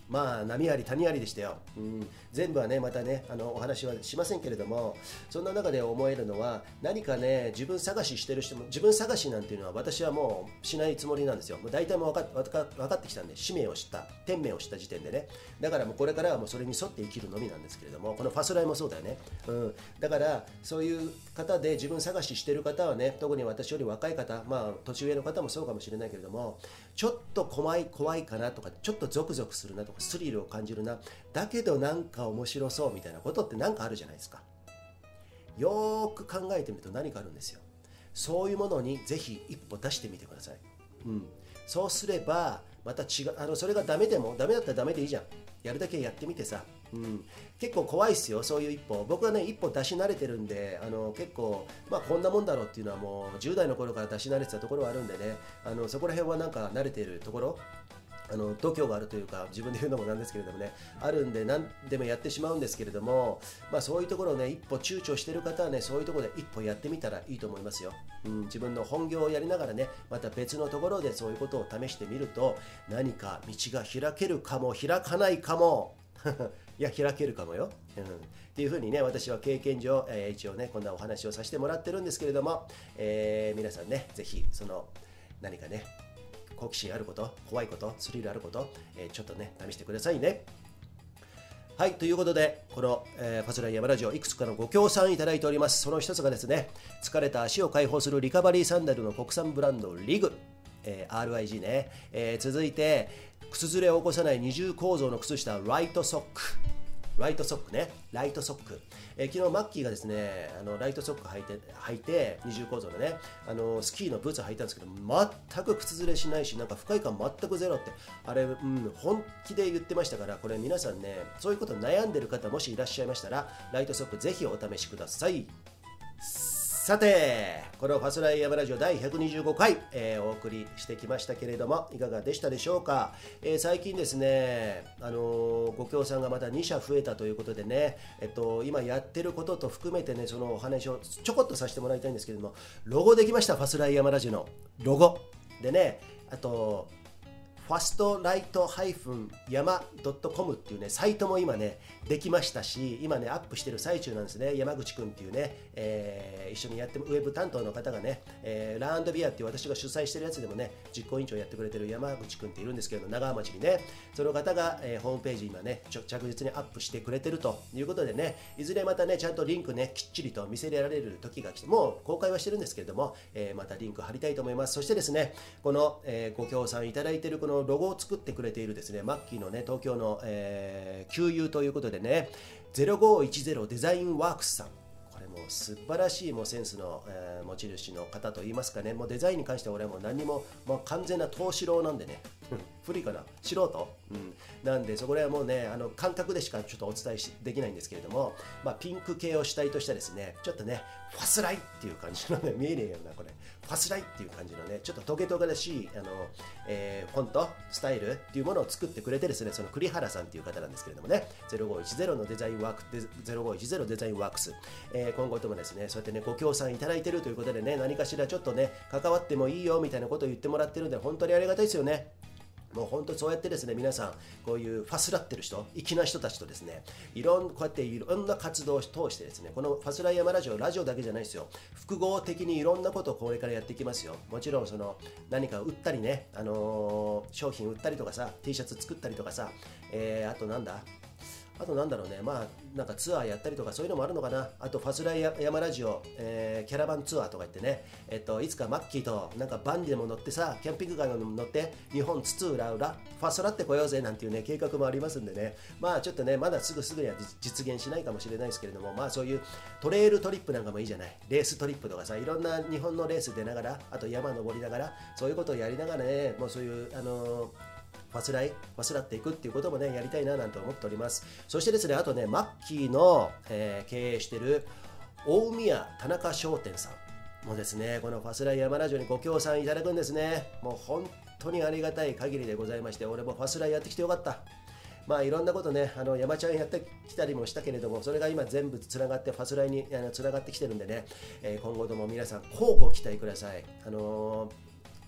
まあ波あり谷ありでしたよ、うん、全部はねまたねあのお話はしませんけれども、そんな中で思えるのは何かね自分探ししてる人も、自分探しなんていうのは私はもうしないつもりなんですよ。もう大体もう分かっ、分か、分かってきたんで、使命を知った天命を知った時点でね、だからもうこれからはもうそれに沿って生きるのみなんですけれども、このファスライもそうだよね、うん、だからそういう方で自分探ししてる方はね、特に私より若い方、まあ年上の方もそうかもしれないけれども、ちょっと怖い怖いかなとか、ちょっとゾクゾクするなとか、スリルを感じるな、だけどなんか面白そうみたいなことってなんかあるじゃないですか。よーく考えてみると何かあるんですよ。そういうものにぜひ一歩出してみてください、うん、そうすればまた違う、あのそれがダメでもダメだったらダメでいいじゃん、やるだけやってみてさ、うん、結構怖いっすよ、そういう一歩。僕はね一歩出し慣れてるんで、あの結構まあこんなもんだろうっていうのはもうじゅう代の頃から出し慣れてたところはあるんでね、あのそこら辺はなんか慣れてるところ、あの度胸があるというか、自分で言うのもなんですけれどもね、あるんで何でもやってしまうんですけれども、まあそういうところをね一歩躊躇してる方はね、そういうところで一歩やってみたらいいと思いますよ、うん、自分の本業をやりながらね、また別のところでそういうことを試してみると、何か道が開けるかも開かないかもいや開けるかもよ、うん、っていうふうにね、私は経験上、えー、一応ねこんなお話をさせてもらってるんですけれども、えー、皆さんねぜひその何かね好奇心あること、怖いこと、スリルあること、えー、ちょっとね試してくださいね。はい、ということでこの、えー、ファスライヤマラジオ、いくつかのご協賛いただいております。その一つがですね、疲れた足を解放するリカバリーサンダルの国産ブランドリグ、えー、アールアイジー ね、えー、続いて靴ずれを起こさない二重構造の靴下ライトソック、ライトソックね、ライトソック、えー、昨日マッキーがですね、あのライトソック履いて、履いて二重構造のね、あのスキーのブーツ履いたんですけど、全く靴ずれしないし、なんか不快感全くゼロって、あれ、うん、本気で言ってましたから、これ皆さんね、そういうこと悩んでる方もしいらっしゃいましたら、ライトソックぜひお試しください。さて、このファスライヤマラジオだいひゃくにじゅうごかい、えー、お送りしてきましたけれども、いかがでしたでしょうか。えー、最近ですね、あのー、ご協賛がまたに社増えたということでね、えっと、今やってることと含めてね、そのお話をちょこっとさせてもらいたいんですけれども、ロゴできました、ファスライヤマラジオのロゴでね、あとファストライトヤマドットコム っていうねサイトも今ねできましたし、今ねアップしてる最中なんですね。山口くんっていうね、えー、一緒にやってウェブ担当の方がね、えー、ランドビアっていう私が主催してるやつでもね実行委員長やってくれてる山口くんっているんですけど、長浜町にね、その方が、えー、ホームページ今ね着実にアップしてくれてるということでね、いずれまたねちゃんとリンクねきっちりと見せられる時が来て、もう公開はしてるんですけれども、えー、またリンク貼りたいと思います。そしてですね、この、えー、ご協賛いただいているこのロゴを作ってくれているですね、マッキーのね東京の、えー、給油ということでね、ゼロごいちゼロデザインワークスさん、これもう素晴らしいもうセンスの、えー、持ち主の方といいますかね、もうデザインに関しては俺はもう何にも、もう完全な投資郎なんでね古いかな、素人、うん、なんでそこらはもうねあの感覚でしかちょっとお伝えしできないんですけれども、まあ、ピンク系を主体としたですね、ちょっとねファスライっていう感じのね、見えねえよなこれ、ファスライっていう感じのね、ちょっとトゲトゲらしいあの、えー、フォントスタイルっていうものを作ってくれてですね、その栗原さんっていう方なんですけれどもね、ゼロごいちゼロのデザインワークゼロごいちゼロデザインワークス、えー、今後ともですねそうやってねご協賛いただいているということでね、何かしらちょっとね関わってもいいよみたいなことを言ってもらってるんで、本当にありがたいですよね。もう本当にそうやってですね、皆さんこういうファスラってる人、粋な人たちとですね、いろんこうやっていろんな活動を通してですね、このファスライヤマラジオ、ラジオだけじゃないですよ、複合的にいろんなことをこれからやっていきますよ。もちろんその何か売ったりね、あのー、商品売ったりとかさ、T シャツ作ったりとかさ、えー、あとなんだあとなんだろうね、まあなんかツアーやったりとかそういうのもあるのかな。あとファスライヤマラジオ、えー、キャラバンツアーとか言ってね、えっといつかマッキーとなんかバンでも乗ってさ、キャンピングカーにも乗って日本津々浦々ファスラってこようぜなんていうね計画もありますんでね、まあちょっとねまだすぐすぐには実現しないかもしれないですけれども、まあそういうトレイルトリップなんかもいいじゃない。レーストリップとかさ、いろんな日本のレース出ながら、あと山登りながら、そういうことをやりながらね、もうそういうあのーファスライ、ファスラっていくっていうこともねやりたいななんて思っております。そしてですね、あとねマッキーの、えー、経営している大宮田中商店さんもですね、このファスライヤマラジオにご協賛いただくんですね。もう本当にありがたい限りでございまして、俺もファスライやってきてよかった。まあいろんなことね、あの山ちゃんやってきたりもしたけれども、それが今全部つながってファスライにつながってきてるんでね、えー、今後とも皆さん交互期待ください。あのー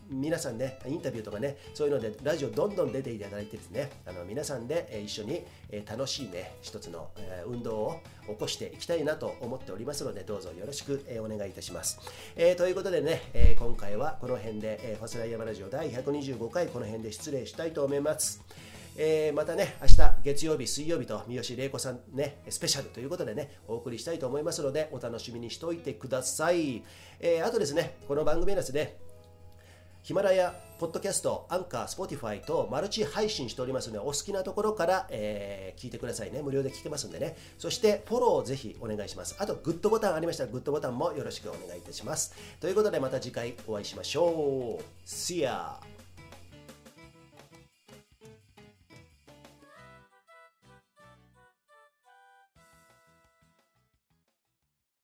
皆さんねインタビューとかねそういうのでラジオどんどん出ていただいてですね、あの皆さんで、えー、一緒に、えー、楽しいね一つの、えー、運動を起こしていきたいなと思っておりますので、どうぞよろしく、えー、お願いいたします、えー、ということでね、えー、今回はこの辺で、えー、ファスライヤマラジオだいひゃくにじゅうごかいこの辺で失礼したいと思います。えー、またね明日月曜日水曜日と三好玲子さんねスペシャルということでねお送りしたいと思いますのでお楽しみにしておいてください。えー、あとですねこの番組はですねヒマラヤ、ポッドキャスト、アンカー、スポティファイとマルチ配信しておりますのでお好きなところから、えー、聞いてくださいね。無料で聞けますんでね。そしてフォローをぜひお願いします。あとグッドボタンありましたらグッドボタンもよろしくお願いいたします。ということでまた次回お会いしましょう。See ya!